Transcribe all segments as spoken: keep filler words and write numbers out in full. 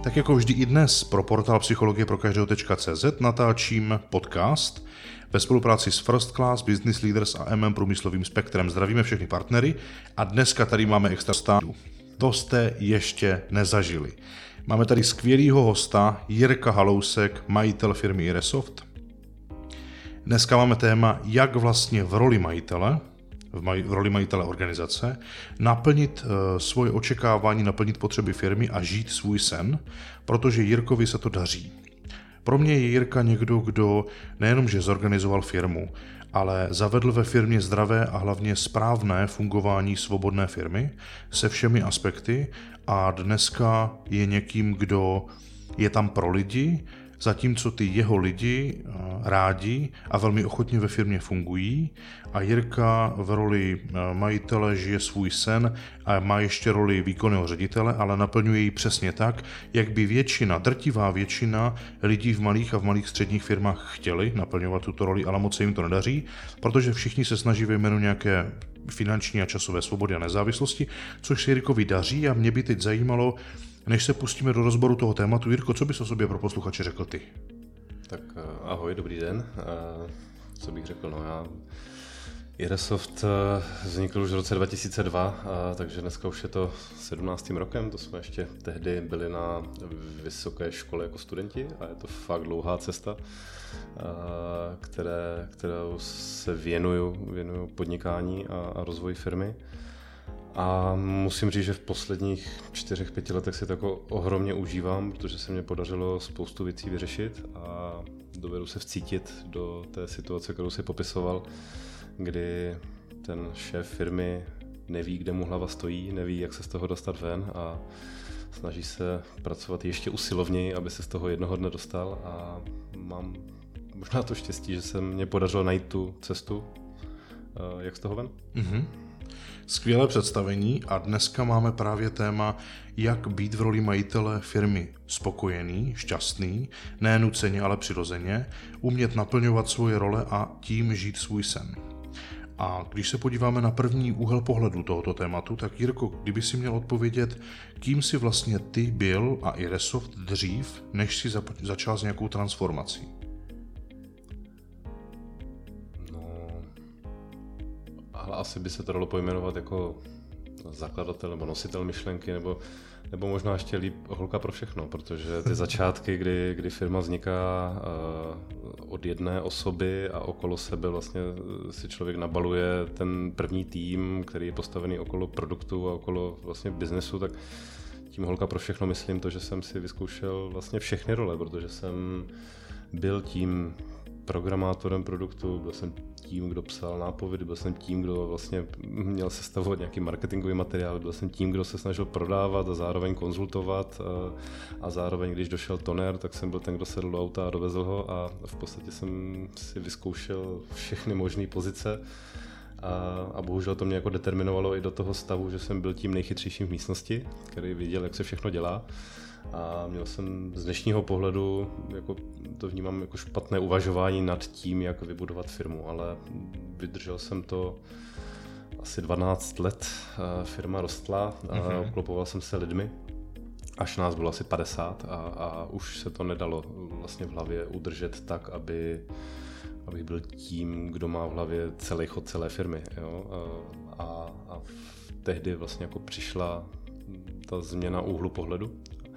Tak jako vždy i dnes pro portál psychologie pro každého tečka cé zet natáčím podcast ve spolupráci s First Class, Business Leaders a M M Průmyslovým spektrem. Zdravíme všechny partnery a dneska tady máme extra stádu. To jste ještě nezažili. Máme tady skvělýho hosta Jirka Halousek, majitel firmy Iresoft. Dneska máme téma, jak vlastně v roli majitele, v, maj, v roli majitele organizace, naplnit uh, svoje očekávání, naplnit potřeby firmy a žít svůj sen, protože Jirkovi se to daří. Pro mě je Jirka někdo, kdo nejenom, že zorganizoval firmu, ale zavedl ve firmě zdravé a hlavně správné fungování svobodné firmy se všemi aspekty a dneska je někým, kdo je tam pro lidi, zatímco ty jeho lidi rádi a velmi ochotně ve firmě fungují a Jirka v roli majitele žije svůj sen a má ještě roli výkonného ředitele, ale naplňuje ji přesně tak, jak by většina, drtivá většina lidí v malých a v malých středních firmách chtěli naplňovat tuto roli, ale moc se jim to nedaří, protože všichni se snaží ve jménu nějaké finanční a časové svobody a nezávislosti, což se Jirkovi daří a mě by teď zajímalo, než se pustíme do rozboru toho tématu, Jirko, co bys o sobě pro posluchače řekl ty? Tak ahoj, dobrý den. Co bych řekl, no já... Iresoft vznikl už v roce dva tisíce dva, takže dneska už je to sedmnáctým rokem, to jsme ještě tehdy byli na vysoké škole jako studenti a je to fakt dlouhá cesta, které, kterou se věnuju, věnuju podnikání a, a rozvoji firmy. A musím říct, že v posledních čtyřech, pěti letech si to jako ohromně užívám, protože se mě podařilo spoustu věcí vyřešit a dovedu se vcítit do té situace, kterou si popisoval, kdy ten šéf firmy neví, kde mu hlava stojí, neví, jak se z toho dostat ven a snaží se pracovat ještě usilovněji, aby se z toho jednoho dne dostal a mám možná to štěstí, že se mě podařilo najít tu cestu, jak z toho ven. Mm-hmm. Skvělé představení a dneska máme právě téma, jak být v roli majitele firmy spokojený, šťastný, ne nuceně, ale přirozeně, umět naplňovat svoje role a tím žít svůj sen. A když se podíváme na první úhel pohledu tohoto tématu, tak Jirko, kdyby si měl odpovědět, kým si vlastně ty byl a Iresoft dřív, než si začal s nějakou transformací? Ale asi by se to dalo pojmenovat jako zakladatel nebo nositel myšlenky, nebo, nebo možná ještě líp holka pro všechno, protože ty začátky, kdy, kdy firma vzniká uh, od jedné osoby a okolo sebe vlastně si člověk nabaluje ten první tým, který je postavený okolo produktu a okolo vlastně biznesu, tak tím holka pro všechno myslím to, že jsem si vyzkoušel vlastně všechny role, protože jsem byl tím programátorem produktu, byl jsem tím, kdo psal nápovědy, byl jsem tím, kdo vlastně měl sestavovat nějaký marketingový materiál, byl jsem tím, kdo se snažil prodávat a zároveň konzultovat a, a zároveň, když došel toner, tak jsem byl ten, kdo sedl do auta a dovezl ho a v podstatě jsem si vyzkoušel všechny možné pozice a, a bohužel to mě jako determinovalo i do toho stavu, že jsem byl tím nejchytřejším v místnosti, který věděl, jak se všechno dělá. A měl jsem z dnešního pohledu, jako to vnímám jako špatné uvažování nad tím, jak vybudovat firmu, ale vydržel jsem to asi dvanáct let, firma rostla, mm-hmm. obklopoval jsem se lidmi, až nás bylo asi padesát a, a už se to nedalo vlastně v hlavě udržet tak, aby, abych byl tím, kdo má v hlavě celý chod celé firmy. Jo? A, a tehdy vlastně jako přišla ta změna úhlu pohledu.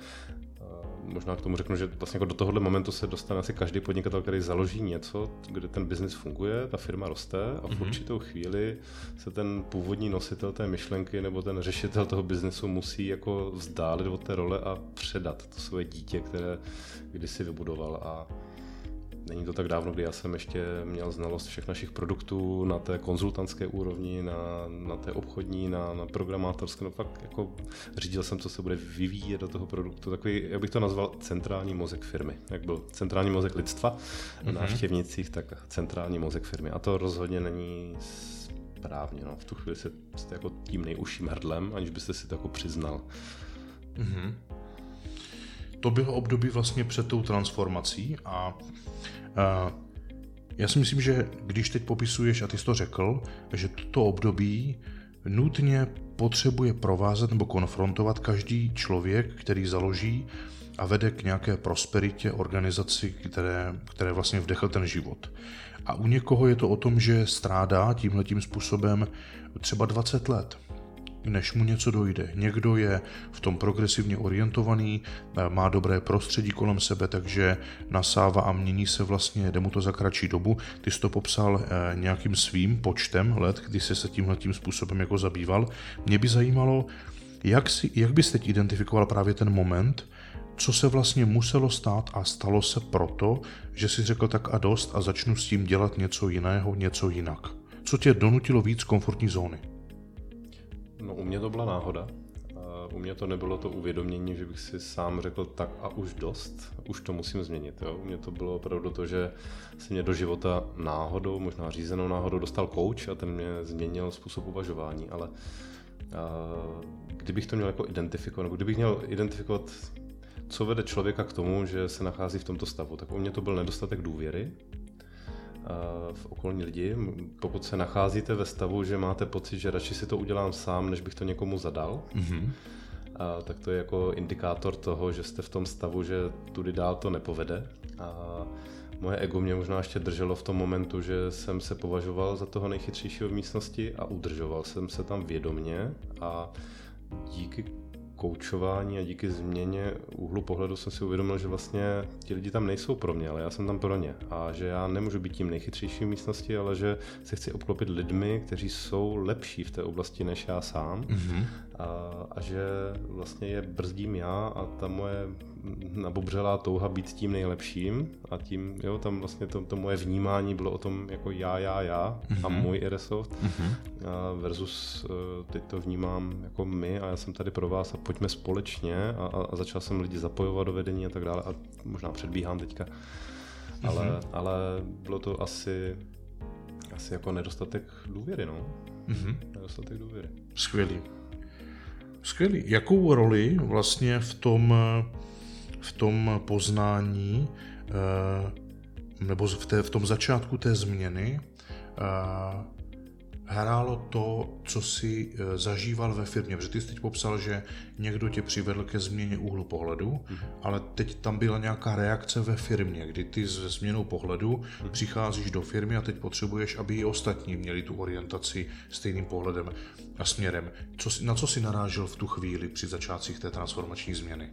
Možná k tomu řeknu, že vlastně jako do tohohle momentu se dostane asi každý podnikatel, který založí něco, kde ten biznis funguje, ta firma roste a v mm-hmm. určitou chvíli se ten původní nositel té myšlenky nebo ten řešitel toho biznesu musí jako vzdálit od té role a předat to své dítě, které kdysi vybudoval. A není to tak dávno, kdy já jsem ještě měl znalost všech našich produktů na té konzultantské úrovni, na, na té obchodní, na, na programátorské, no fakt jako řídil jsem, co se bude vyvíjet do toho produktu, takový, jak bych to nazval, centrální mozek firmy. Jak byl centrální mozek lidstva na mm-hmm. návštěvnících, tak centrální mozek firmy. A to rozhodně není správně, no. V tu chvíli jste jako tím nejužším hrdlem, aniž byste si to jako přiznal. Mm-hmm. To bylo období vlastně před tou transformací a, a já si myslím, že když teď popisuješ, a ty jsi to řekl, že toto období nutně potřebuje provázet nebo konfrontovat každý člověk, který založí a vede k nějaké prosperitě organizaci, které, které vlastně vdechl ten život. A u někoho je to o tom, že strádá tímhletím způsobem třeba dvacet let, než mu něco dojde. Někdo je v tom progresivně orientovaný, má dobré prostředí kolem sebe, takže nasává a mění se vlastně, jde mu to za kratší dobu. Ty jsi to popsal nějakým svým počtem let, kdy jsi se tímhletím způsobem jako zabýval. Mě by zajímalo, jak, si, jak bys teď identifikoval právě ten moment, co se vlastně muselo stát a stalo se proto, že jsi řekl tak a dost a začnu s tím dělat něco jiného, něco jinak. Co tě donutilo víc komfortní zóny? No, u mě to byla náhoda. U mě to nebylo to uvědomění, že bych si sám řekl tak a už dost, už to musím změnit. Jo? U mě to bylo opravdu to, že se mě do života náhodou, možná řízenou náhodou, dostal coach a ten mě změnil způsob uvažování, ale kdybych to měl jako identifikovat, nebo kdybych měl identifikovat, co vede člověka k tomu, že se nachází v tomto stavu, tak u mě to byl nedostatek důvěry v okolní lidi. Pokud se nacházíte ve stavu, že máte pocit, že radši si to udělám sám, než bych to někomu zadal, mm-hmm. a, tak to je jako indikátor toho, že jste v tom stavu, že tudy dál to nepovede. A moje ego mě možná ještě drželo v tom momentu, že jsem se považoval za toho nejchytřejšího v místnosti a udržoval jsem se tam vědomně a díky koučování a díky změně úhlu pohledu jsem si uvědomil, že vlastně ti lidi tam nejsou pro mě, ale já jsem tam pro ně a že já nemůžu být tím nejchytřejším v místnosti, ale že se chci obklopit lidmi, kteří jsou lepší v té oblasti než já sám mm-hmm. a, a že vlastně je brzdím já a ta moje nabubřelá touha být tím nejlepším a tím, jo, tam vlastně to, to moje vnímání bylo o tom jako já, já, já mm-hmm. a můj Airsoft mm-hmm. a versus teď to vnímám jako my a já jsem tady pro vás a pojďme společně a, a začal jsem lidi zapojovat do vedení a tak dále a možná předbíhám teďka, ale, mm-hmm. ale bylo to asi, asi jako nedostatek důvěry, no. Mm-hmm. Nedostatek důvěry. Skvělý. Skvělý. Jakou roli vlastně v tom, v tom poznání nebo v, té, v tom začátku té změny hrálo to, co jsi zažíval ve firmě? Protože ty jsi teď popsal, že někdo tě přivedl ke změně úhlu pohledu, mm. ale teď tam byla nějaká reakce ve firmě, kdy ty se změnou pohledu mm. přicházíš do firmy a teď potřebuješ, aby i ostatní měli tu orientaci stejným pohledem a směrem. Co, na co jsi narážel v tu chvíli při začátcích té transformační změny?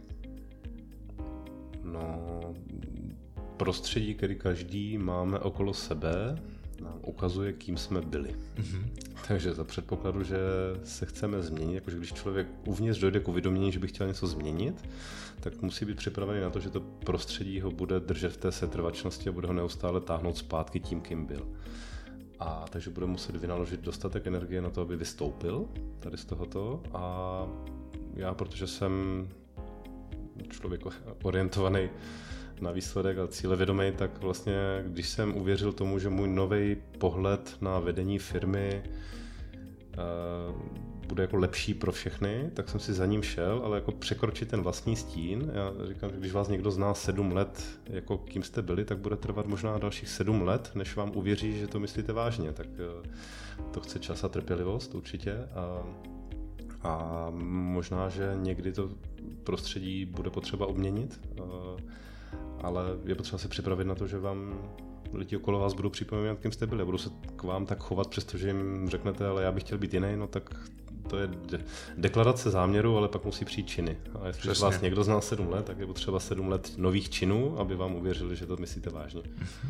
No, prostředí, který každý máme okolo sebe, nám ukazuje, kým jsme byli. Mm-hmm. Takže za předpokladu, že se chceme změnit, jakože když člověk uvnitř dojde k uvědomění, že by chtěl něco změnit, tak musí být připravený na to, že to prostředí ho bude držet v té setrvačnosti a bude ho neustále táhnout zpátky tím, kým byl. A takže bude muset vynaložit dostatek energie na to, aby vystoupil tady z tohoto. A já, protože jsem člověk orientovaný na výsledek a cílevědomý, tak vlastně, když jsem uvěřil tomu, že můj nový pohled na vedení firmy uh, bude jako lepší pro všechny, tak jsem si za ním šel, ale jako překročit ten vlastní stín. Já říkám, že když vás někdo zná sedm let, jako kým jste byli, tak bude trvat možná dalších sedm let, než vám uvěří, že to myslíte vážně. Tak uh, to chce čas a trpělivost určitě. A, a možná, že někdy to prostředí bude potřeba obměnit. Uh, ale je potřeba se připravit na to, že vám lidi okolo vás budou připomínat, kým jste byli a budou se k vám tak chovat, přestože jim řeknete, ale já bych chtěl být jiný, no tak to je de- deklarace záměru, ale pak musí přijít činy. A jestli Přesně. vás někdo zná sedm let, tak je potřeba sedm let nových činů, aby vám uvěřili, že to myslíte vážně.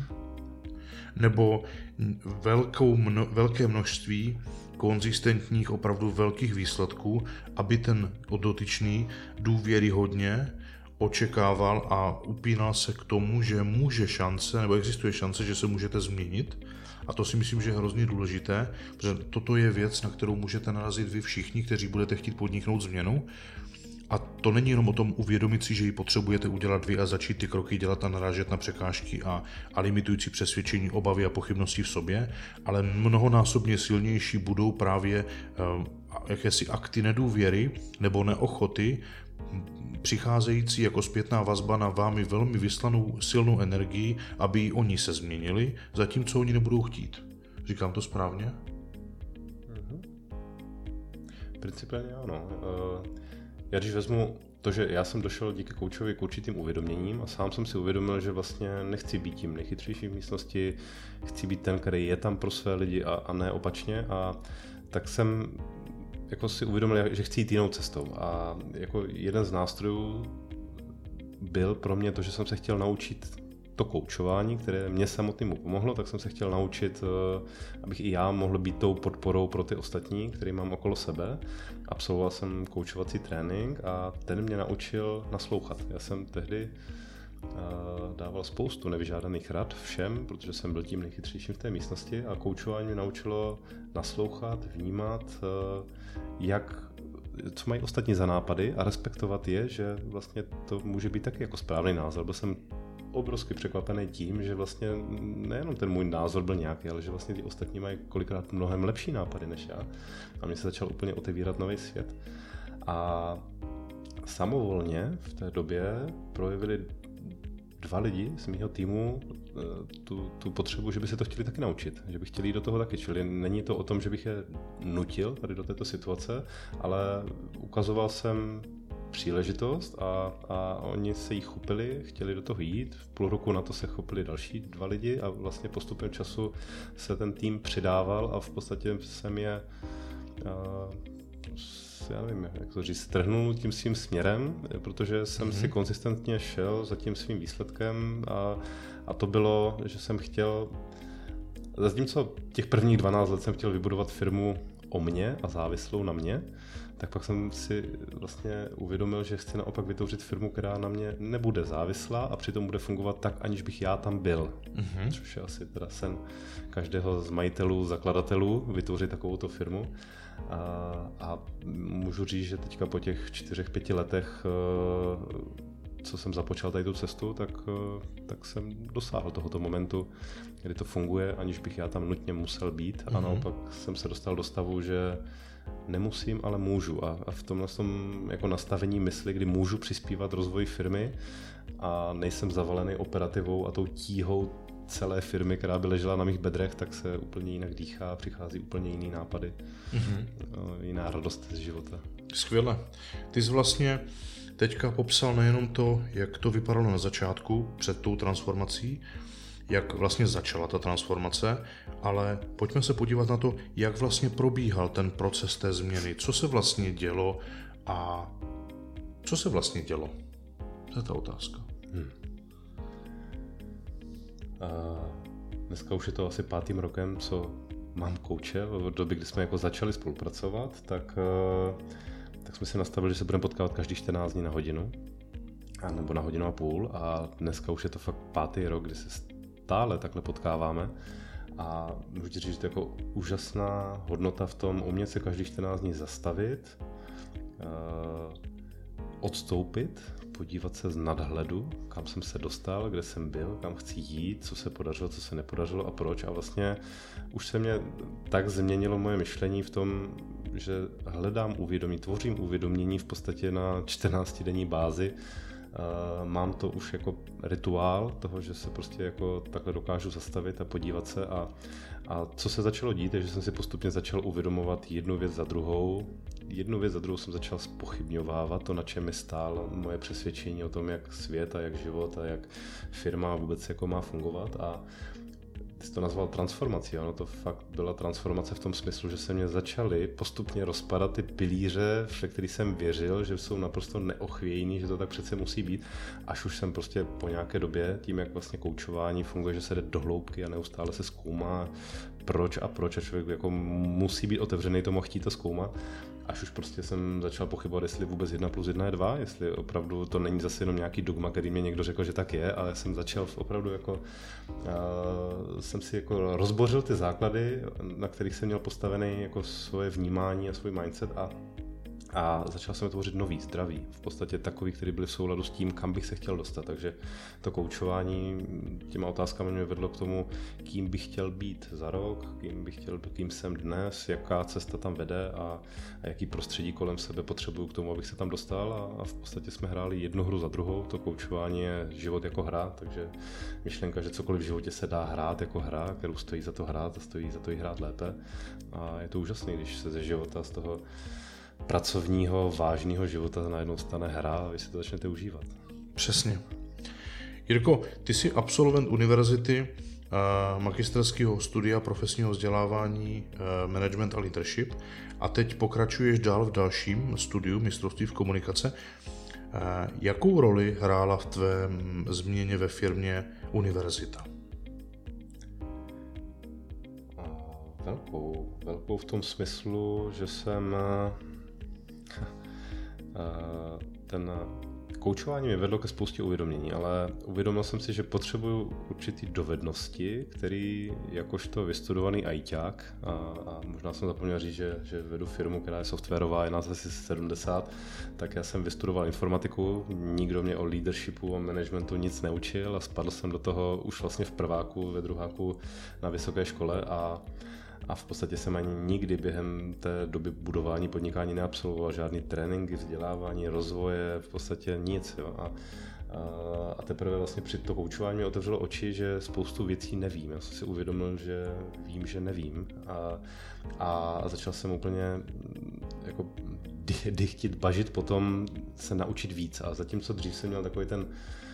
Nebo velkou mno- velké množství konzistentních, opravdu velkých výsledků, aby ten dotyčný důvěryhodně očekával a upínal se k tomu, že může šance, nebo existuje šance, že se můžete změnit. A to si myslím, že je hrozně důležité, protože toto je věc, na kterou můžete narazit vy všichni, kteří budete chtít podniknout změnu. A to není jenom o tom uvědomit si, že ji potřebujete udělat vy a začít ty kroky dělat a narážet na překážky a, a limitující přesvědčení, obavy a pochybnosti v sobě, ale mnohonásobně silnější budou právě uh, jakési akty nedůvěry nebo neochoty, přicházející jako zpětná vazba na vámi velmi vyslanou silnou energii, aby i oni se změnili, zatímco oni nebudou chtít. Říkám to správně? Mm-hmm. Principiálně ano. Já když vezmu to, že já jsem došel díky koučovi k určitým uvědoměním a sám jsem si uvědomil, že vlastně nechci být tím nejchytřejším v místnosti, chci být ten, který je tam pro své lidi a, a ne opačně, a tak jsem jako si uvědomil, že chci jít jinou cestou, a jako jeden z nástrojů byl pro mě to, že jsem se chtěl naučit to koučování, které mě samotnému pomohlo, tak jsem se chtěl naučit, abych i já mohl být tou podporou pro ty ostatní, který mám okolo sebe. Absolvoval jsem koučovací trénink a ten mě naučil naslouchat. Já jsem tehdy dával spoustu nevyžádaných rad všem, protože jsem byl tím nejchytřejším v té místnosti, a koučování mě naučilo naslouchat, vnímat, jak co mají ostatní za nápady, a respektovat je, že vlastně to může být taky jako správný názor. Byl jsem obrovsky překvapený tím, že vlastně nejenom ten můj názor byl nějaký, ale že vlastně ty ostatní mají kolikrát mnohem lepší nápady než já. A mě se začal úplně otevírat nový svět. A samovolně v té době projevili dva lidi z mého týmu tu, tu potřebu, že by se to chtěli taky naučit, že by chtěli jít do toho taky. Čili není to o tom, že bych je nutil tady do této situace, ale ukazoval jsem příležitost a, a oni se jí chopili, chtěli do toho jít. V půl roku na to se chopili další dva lidi a vlastně postupem času se ten tým přidával a v podstatě jsem je, uh, já nevím, jak to říct, strhnul tím svým směrem, protože jsem mm-hmm. si konzistentně šel za tím svým výsledkem, a, a to bylo, že jsem chtěl, zatímco těch prvních dvanáct let jsem chtěl vybudovat firmu o mně a závislou na mě, tak pak jsem si vlastně uvědomil, že chci naopak vytvořit firmu, která na mě nebude závislá a přitom bude fungovat tak, aniž bych já tam byl. Mm-hmm. Což je asi teda sen každého z majitelů, zakladatelů, vytvořit takovouto firmu. A, a můžu říct, že teďka po těch čtyřech, pěti letech, co jsem započal tady tu cestu, tak, tak jsem dosáhl tohoto momentu, kdy to funguje, aniž bych já tam nutně musel být. Mm-hmm. A naopak jsem se dostal do stavu, že nemusím, ale můžu. A, a v tomhle tom jako nastavení mysli, kdy můžu přispívat rozvoji firmy a nejsem zavalený operativou a tou tíhou celé firmy, která by ležela na mých bedrech, tak se úplně jinak dýchá, přichází úplně jiný nápady, mm-hmm. jiná radost z života. Skvěle. Ty jsi vlastně teďka popsal nejenom to, jak to vypadalo na začátku před tou transformací, jak vlastně začala ta transformace, ale pojďme se podívat na to, jak vlastně probíhal ten proces té změny, co se vlastně dělo a co se vlastně dělo. To je ta otázka. Hmm. A dneska už je to asi pátým rokem, co mám kouče. Od doby, kdy jsme jako začali spolupracovat, tak, tak jsme si nastavili, že se budeme potkávat každý čtrnáct dní na hodinu, a nebo na hodinu a půl, a dneska už je to fakt pátý rok, kdy se stále takhle potkáváme, a můžu říct, že to je jako úžasná hodnota v tom umět se každý čtrnáct dní zastavit, odstoupit, podívat se z nadhledu, kam jsem se dostal, kde jsem byl, kam chci jít, co se podařilo, co se nepodařilo a proč. A vlastně už se mě tak změnilo moje myšlení v tom, že hledám uvědomí, tvořím uvědomění v podstatě na čtrnáctidenní bázi. Mám to už jako rituál toho, že se prostě jako takhle dokážu zastavit a podívat se, a, a co se začalo dít, je, že jsem si postupně začal uvědomovat jednu věc za druhou. Jednu věc za druhou jsem začal zpochybňovávat to, na čem mi stálo moje přesvědčení o tom, jak svět a jak život a jak firma vůbec jako má fungovat. A ty jsi to nazval transformací, ono to fakt byla transformace v tom smyslu, že se mě začaly postupně rozpadat ty pilíře, ve kterých jsem věřil, že jsou naprosto neochvějný, že to tak přece musí být, až už jsem prostě po nějaké době, tím jak vlastně koučování funguje, že se jde do hloubky a neustále se zkoumá proč a proč, a člověk jako musí být otevřený tomu a chtít to zkoumat, až už prostě jsem začal pochybovat, jestli vůbec jedna plus jedna je dva, jestli opravdu to není zase jenom nějaký dogma, který mě někdo řekl, že tak je, ale jsem začal opravdu jako, uh, jsem si jako rozbořil ty základy, na kterých jsem měl postavený jako svoje vnímání a svůj mindset, a a začal jsem tvořit nový, zdravý, v podstatě takový, který byly v souladu s tím, kam bych se chtěl dostat. Takže to koučování těma otázkami mě vedlo k tomu, kým bych chtěl být za rok, kým bych chtěl, kým jsem dnes, jaká cesta tam vede a, a jaký prostředí kolem sebe potřebuju k tomu, abych se tam dostal, a, a v podstatě jsme hráli jednu hru za druhou. To koučování je život jako hra, takže myšlenka, že cokoliv v životě se dá hrát jako hra, kterou stojí za to hrát a stojí za to i hrát lépe. A je to úžasné, když se ze života z toho pracovního, vážného života najednou stane hra a vy si to začnete užívat. Přesně. Jirko, ty jsi absolvent univerzity, magisterského studia profesního vzdělávání, management a leadership a teď pokračuješ dál v dalším studiu mistrovství v komunikace. Jakou roli hrála v tvém změně ve firmě univerzita? Velkou, velkou v tom smyslu, že jsem ten koučování mě vedlo ke spoustě uvědomění, ale uvědomil jsem si, že potřebuju určitý dovednosti, který jakožto vystudovaný ajťák, a, a možná jsem zapomněl říct, že, že vedu firmu, která je softwarová, je nás asi sedmdesát, tak já jsem vystudoval informatiku, nikdo mě o leadershipu a managementu nic neučil a spadl jsem do toho už vlastně v prváku, ve druháku na vysoké škole a A v podstatě jsem ani nikdy během té doby budování podnikání neabsolvoval žádný tréninky, vzdělávání, rozvoje, v podstatě nic. Jo. A, a teprve vlastně při to koučování mi otevřelo oči, že spoustu věcí nevím. Já jsem si uvědomil, že vím, že nevím. A, a začal jsem úplně jako dychtit, bažit potom se naučit víc. A zatímco dřív jsem měl takový ten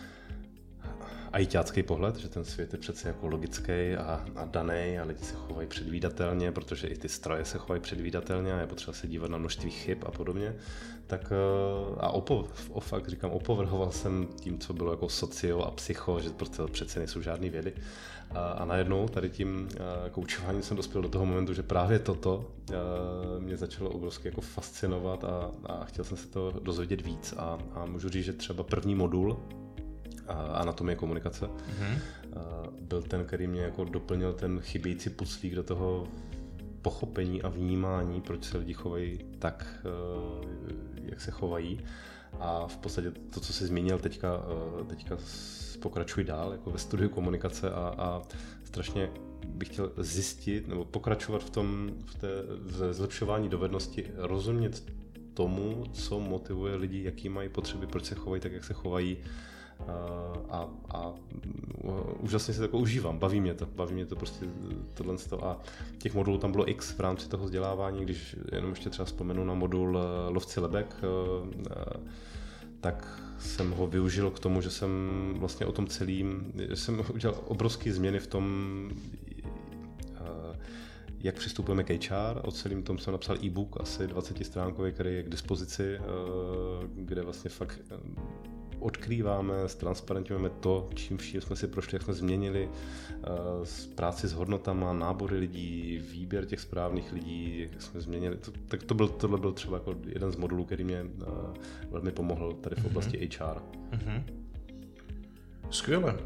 ajťácký pohled, že ten svět je přece jako logický a, a daný a lidi se chovají předvídatelně, protože i ty stroje se chovají předvídatelně a je potřeba se dívat na množství chyb a podobně. Tak a opo, o, fakt říkám, opovrhoval jsem tím, co bylo jako socio a psycho, že prostě přece nejsou žádný vědy. A, a najednou tady tím koučováním jsem dospěl do toho momentu, že právě toto mě začalo obrovsky jako fascinovat a, a chtěl jsem se to dozvědět víc a, a můžu říct, že třeba první modul anatomie komunikace. Mm-hmm. Byl ten, který mě jako doplnil ten chybějící puclík do toho pochopení a vnímání, proč se lidi chovají tak, jak se chovají. A v podstatě to, co jsi zmínil, teďka, teďka pokračuji dál jako ve studiu komunikace a, a strašně bych chtěl zjistit nebo pokračovat v tom, v té v zlepšování dovednosti, rozumět tomu, co motivuje lidi, jaký mají potřeby, proč se chovají tak, jak se chovají. A, a úžasně se to užívám, baví mě to, baví mě to prostě tohle a těch modulů tam bylo x v rámci toho vzdělávání, když jenom ještě třeba vzpomenu na modul Lovci lebek, tak jsem ho využil k tomu, že jsem vlastně o tom celým, že jsem udělal obrovské změny v tom, jak přistupujeme k há er. O celým tom jsem napsal e-book, asi dvacetistránkový, který je k dispozici, kde vlastně fakt odkrýváme, ztransparentujeme to, čím vším jsme si prošli, jak jsme změnili uh, práci s hodnotama, nábory lidí, výběr těch správných lidí, jak jsme změnili. To, tak to byl, tohle byl třeba jako jeden z modulů, který mě uh, velmi pomohl tady v oblasti mm-hmm. há er. Mm-hmm. Skvěle. Uh,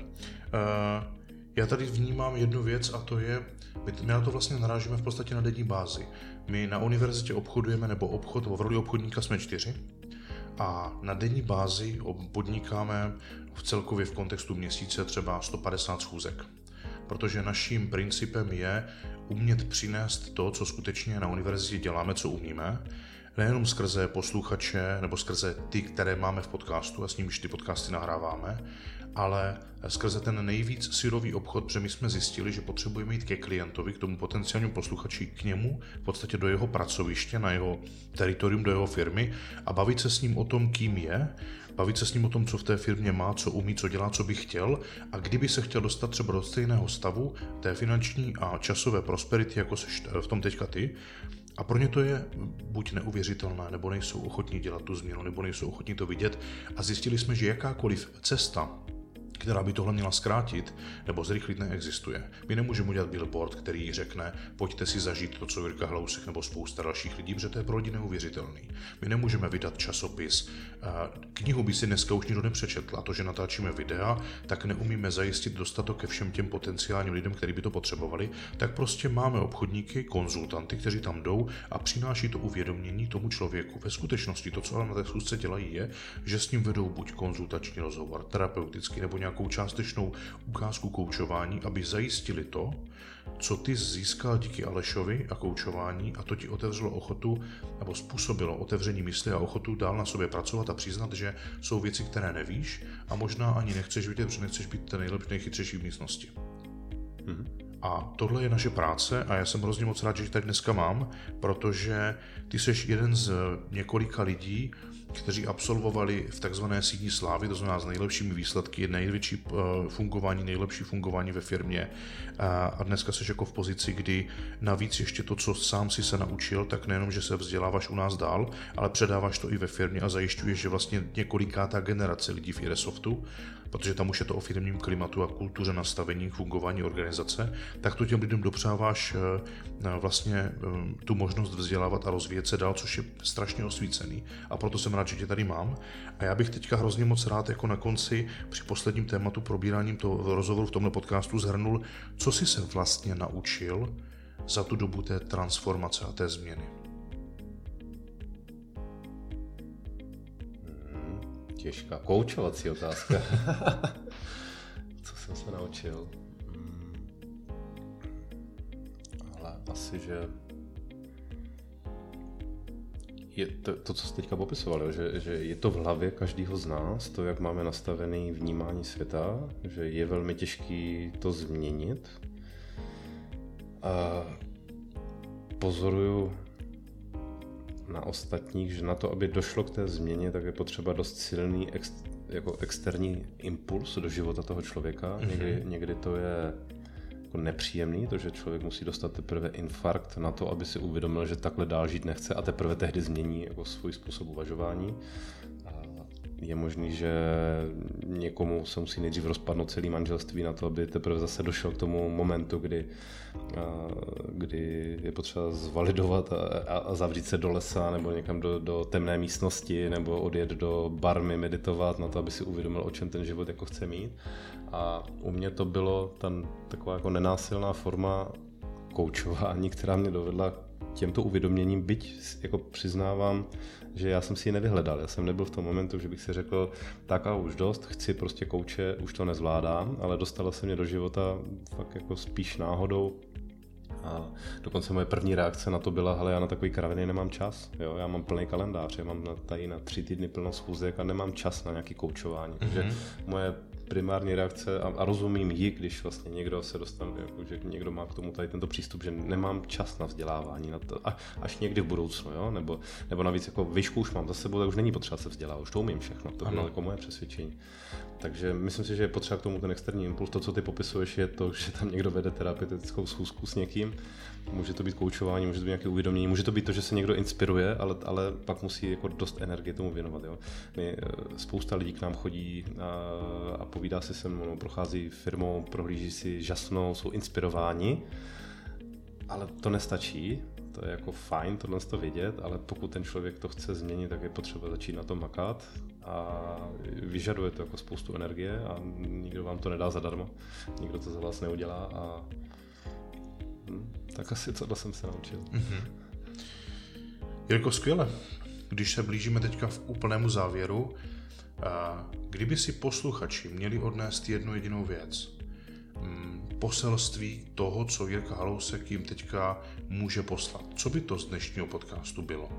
já tady vnímám jednu věc a to je, my, my na to vlastně narážíme v podstatě na denní bázi. My na univerzitě obchodujeme, nebo obchod, v roli obchodníka jsme čtyři, a na denní bázi podnikáme v celkově v kontextu měsíce třeba sto padesát schůzek. Protože naším principem je umět přinést to, co skutečně na univerzitě děláme, co umíme, nejenom skrze posluchače nebo skrze ty, které máme v podcastu a s nimiž ty podcasty nahráváme, ale skrze ten nejvíc syrový obchod, protože my jsme zjistili, že potřebujeme jít ke klientovi, k tomu potenciálnímu posluchači, k němu, v podstatě do jeho pracoviště, na jeho teritorium, do jeho firmy a bavit se s ním o tom, kým je, bavit se s ním o tom, co v té firmě má, co umí, co dělá, co by chtěl a kdyby se chtěl dostat třeba do stejného stavu té finanční a časové prosperity, jako seš v tom teďka ty, a pro ně to je buď neuvěřitelné, nebo nejsou ochotní dělat tu změnu, nebo nejsou ochotní to vidět a zjistili jsme, že jakákoliv cesta, která by tohle měla zkrátit nebo zrychlit, neexistuje. My nemůžeme udělat billboard, který řekne, pojďte si zažít to, co Jirka Hlousek nebo spousta dalších lidí, protože to je pro lidi neuvěřitelný. My nemůžeme vydat časopis. Knihu by si dneska už nikdo nepřečetl, a to, že natáčíme videa, tak neumíme zajistit dostatek ke všem těm potenciálním lidem, kteří by to potřebovali, tak prostě máme obchodníky, konzultanty, kteří tam jdou a přináší to uvědomění tomu člověku. Ve skutečnosti to, co ale na té schůzce dělají, je, že s ním vedou buď konzultační rozhovor, terapeutický nebo nějakou částečnou ukázku koučování, aby zajistili to, co ty získal díky Alešovi a koučování a to ti otevřelo ochotu nebo způsobilo otevření mysli a ochotu dál na sobě pracovat a přiznat, že jsou věci, které nevíš a možná ani nechceš vidět, protože nechceš být ten nejlepší, nejchytřejší v místnosti. Mm-hmm. A tohle je naše práce a já jsem hrozně moc rád, že tě tady dneska mám, protože ty jsi jeden z několika lidí, kteří absolvovali v takzvané síni slávy, to znamená s nejlepšími výsledky, největší fungování, nejlepší fungování ve firmě. A dneska jsi jako v pozici, kdy navíc ještě to, co sám si se naučil, tak nejenom, že se vzděláváš u nás dál, ale předáváš to i ve firmě a zajišťuješ, že vlastně několikátá generace lidí v iResoftu, protože tam už je to o firmním klimatu a kultuře, nastavení, fungování organizace, tak to těm lidem dopřáváš vlastně tu možnost vzdělávat a rozvíjet se dál, což je strašně osvícený. A proto jsem rád, že tě tady mám. A já bych teďka hrozně moc rád jako na konci při posledním tématu probíráním toho rozhovoru v tomhle podcastu zhrnul, co jsi se vlastně naučil za tu dobu té transformace a té změny. Těžká koučovací otázka. Co jsem se naučil? Hmm. Ale asi, že je to, to co jsi teďka popisoval, že, že je to v hlavě každého z nás, to, jak máme nastavený vnímání světa, že je velmi těžký to změnit. A pozoruju na ostatních, že na to, aby došlo k té změně, tak je potřeba dost silný ex, jako externí impuls do života toho člověka. Mm-hmm. Někdy, někdy to je jako nepříjemný, to, že člověk musí dostat teprve infarkt na to, aby si uvědomil, že takhle dál žít nechce a teprve tehdy změní jako svůj způsob uvažování. A je možný, že někomu se musí nejdřív rozpadnout celý manželství na to, aby teprve zase došel k tomu momentu, kdy, a, kdy je potřeba zvalidovat a, a, a zavřít se do lesa nebo někam do, do temné místnosti nebo odjet do barmy meditovat na to, aby si uvědomil, o čem ten život jako chce mít. A u mě to bylo tam taková jako nenásilná forma koučování, která mě dovedla těmto uvědoměním, byť jako přiznávám, že já jsem si ji nevyhledal. Já jsem nebyl v tom momentu, že bych si řekl, tak a už dost, chci prostě kouče, už to nezvládám, ale dostala se mě do života fakt jako spíš náhodou. A dokonce moje první reakce na to byla, hele, já na takový kraviny nemám čas, jo, já mám plný kalendář, já mám tady na tři týdny plno schůzek a nemám čas na nějaký koučování. Mm-hmm. Takže moje primární reakce, a, a rozumím ji, když vlastně někdo se dostane, jako, že někdo má k tomu tady tento přístup, že nemám čas na vzdělávání, na to, a, až někdy v budoucnu, jo, nebo, nebo navíc jako výšku už mám za sebou, tak už není potřeba se vzdělávat, už to umím všechno, to bylo jako moje přesvědčení. Takže myslím si, že je potřeba k tomu ten externí impuls, to, co ty popisuješ, je to, že tam někdo vede terapeutickou schůzku s někým, může to být koučování, může to být nějaké uvědomění, může to být to, že se někdo inspiruje, ale, ale pak musí jako dost energie tomu věnovat. Jo. My, spousta lidí k nám chodí a, a povídá si se mnou, prochází firmou, prohlíží si žasnou, jsou inspirováni, ale to nestačí, to je jako fajn tohle to vidět, ale pokud ten člověk to chce změnit, tak je potřeba začít na tom makat a vyžaduje to jako spoustu energie a nikdo vám to nedá zadarmo, nikdo to za vás neudělá a hm, tak asi tohle jsem se naučil. Mm-hmm. Jirko, skvěle. Když se blížíme teďka v úplnému závěru, kdyby si posluchači měli odnést jednu jedinou věc, poselství toho, co Jirka Halousek jim teďka může poslat, co by to z dnešního podcastu bylo?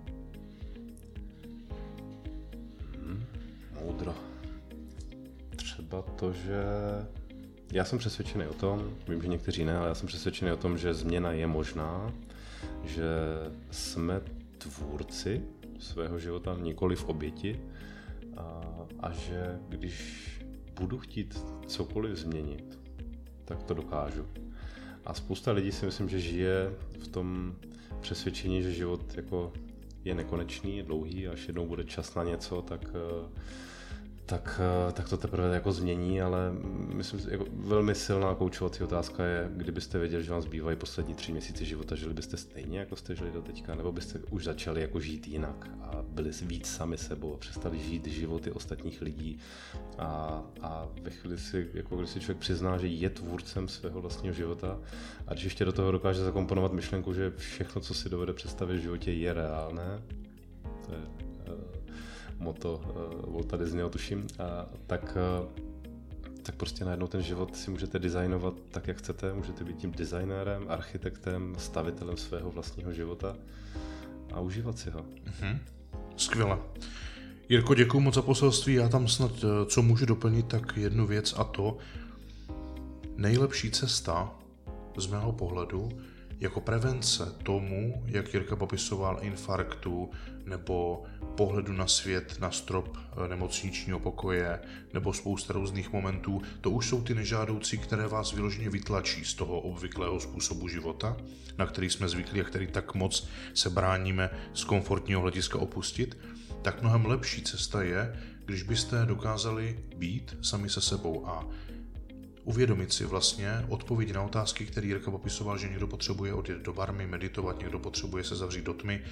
Hmm, moudro. Třeba to, že já jsem přesvědčený o tom, vím, že někteří ne, ale já jsem přesvědčený o tom, že změna je možná, že jsme tvůrci svého života, nikoli v oběti a, a že když budu chtít cokoliv změnit, tak to dokážu. A spousta lidí si myslím, že žije v tom přesvědčení, že život jako je nekonečný, je dlouhý a až jednou bude čas na něco, tak, tak, tak to teprve jako změní, ale myslím, že jako velmi silná koučovací otázka je, kdybyste věděli, že vám zbývají poslední tři měsíce života, žili byste stejně, jako jste žili do teďka, nebo byste už začali jako žít jinak a byli víc sami sebou a přestali žít životy ostatních lidí a, a ve chvíli si, jako když si člověk přizná, že je tvůrcem svého vlastního života a když ještě do toho dokáže zakomponovat myšlenku, že všechno, co si dovede představit v životě, je reálné, to je moto uh, Walta Disneyho, tuším, a tak, uh, tak prostě najednou ten život si můžete designovat tak, jak chcete, můžete být tím designérem, architektem, stavitelem svého vlastního života a užívat si ho. Mm-hmm. Skvěle. Jirko, děkuju moc za poselství, já tam snad, co můžu doplnit, tak jednu věc a to nejlepší cesta z mého pohledu jako prevence tomu, jak Jirka popisoval infarktu nebo pohledu na svět na strop nemocničního pokoje nebo spousta různých momentů, to už jsou ty nežádoucí, které vás vyloženě vytlačí z toho obvyklého způsobu života, na který jsme zvyklí a který tak moc se bráníme z komfortního hlediska opustit. Tak mnohem lepší cesta je, když byste dokázali být sami se sebou a uvědomit si vlastně odpovědi na otázky, které Jirka popisoval, že někdo potřebuje odjet do barmy, meditovat, někdo potřebuje se zavřít do tmy.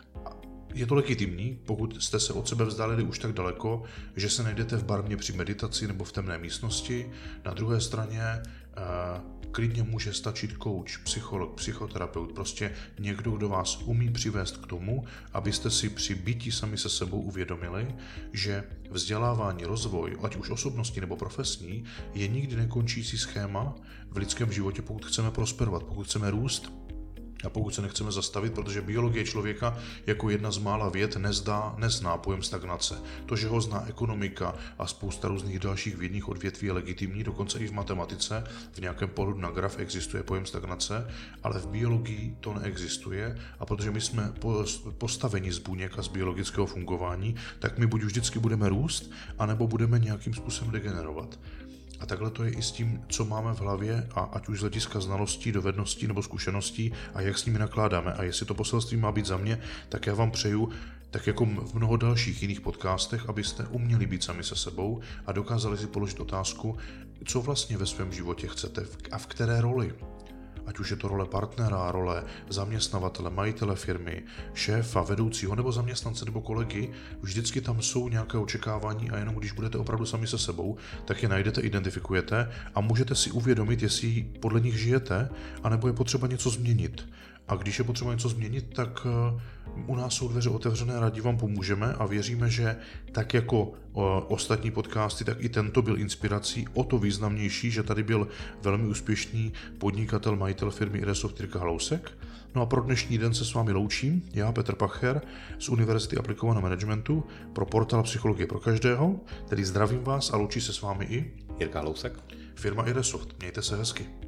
Je to legitimní, pokud jste se od sebe vzdálili už tak daleko, že se najdete v barmě při meditaci nebo v temné místnosti. Na druhé straně eh, klidně může stačit coach, psycholog, psychoterapeut, prostě někdo, kdo vás umí přivést k tomu, abyste si při bytí sami se sebou uvědomili, že vzdělávání, rozvoj, ať už osobnostní nebo profesní, je nikdy nekončící schéma v lidském životě, pokud chceme prosperovat, pokud chceme růst, a pokud se nechceme zastavit, protože biologie člověka jako jedna z mála věd nezdá, nezná pojem stagnace. To, že ho zná ekonomika a spousta různých dalších vědních odvětví je legitimní, dokonce i v matematice, v nějakém pohledu na graf existuje pojem stagnace, ale v biologii to neexistuje a protože my jsme postaveni z buněk a z biologického fungování, tak my buď vždycky budeme růst, anebo budeme nějakým způsobem degenerovat. A takhle to je i s tím, co máme v hlavě a ať už z hlediska znalostí, dovedností nebo zkušeností a jak s nimi nakládáme. A jestli to poselství má být za mě, tak já vám přeju, tak jako v mnoho dalších jiných podcastech, abyste uměli být sami se sebou a dokázali si položit otázku, co vlastně ve svém životě chcete a v které roli. Ať už je to role partnera, role zaměstnavatele, majitele firmy, šéfa, vedoucího nebo zaměstnance nebo kolegy, vždycky tam jsou nějaké očekávání a jenom když budete opravdu sami se sebou, tak je najdete, identifikujete a můžete si uvědomit, jestli podle nich žijete, anebo je potřeba něco změnit. A když je potřeba něco změnit, tak u nás jsou dveře otevřené, rádi vám pomůžeme a věříme, že tak jako ostatní podcasty, tak i tento byl inspirací, o to významnější, že tady byl velmi úspěšný podnikatel, majitel firmy Iresoft Jirka Halousek. No a pro dnešní den se s vámi loučím, já Petr Pacher z Univerzity aplikovaného managementu pro portál Psychologie pro každého, tedy zdravím vás a loučí se s vámi i Jirka Halousek, firma Iresoft. Mějte se hezky.